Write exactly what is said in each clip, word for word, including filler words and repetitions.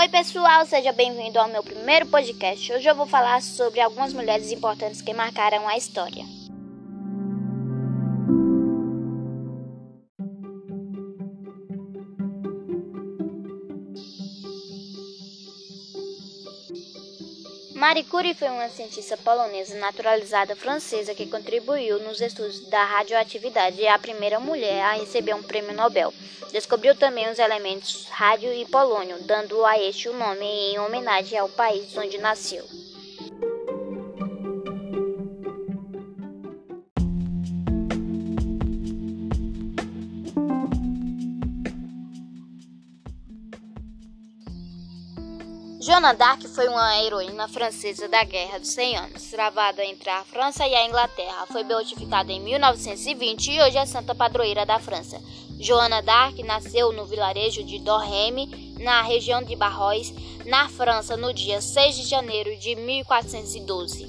Oi pessoal, seja bem-vindo ao meu primeiro podcast. Hoje eu vou falar sobre algumas mulheres importantes que marcaram a história. Marie Curie foi uma cientista polonesa naturalizada francesa que contribuiu nos estudos da radioatividade e é a primeira mulher a receber um prêmio Nobel. Descobriu também os elementos rádio e polônio, dando a este o nome em homenagem ao país onde nasceu. Joana d'Arc foi uma heroína francesa da Guerra dos cem anos, travada entre a França e a Inglaterra. Foi beatificada em mil novecentos e vinte e hoje é santa padroeira da França. Joana d'Arc nasceu no vilarejo de Domremy, na região de Barrois, na França, no dia seis de janeiro de mil quatrocentos e doze.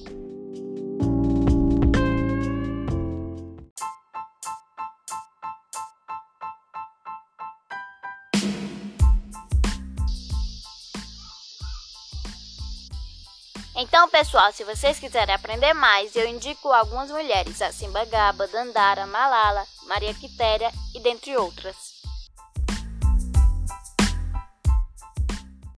Então, pessoal, se vocês quiserem aprender mais, eu indico algumas mulheres, a Simba Gaba, Dandara, Malala, Maria Quitéria e dentre outras.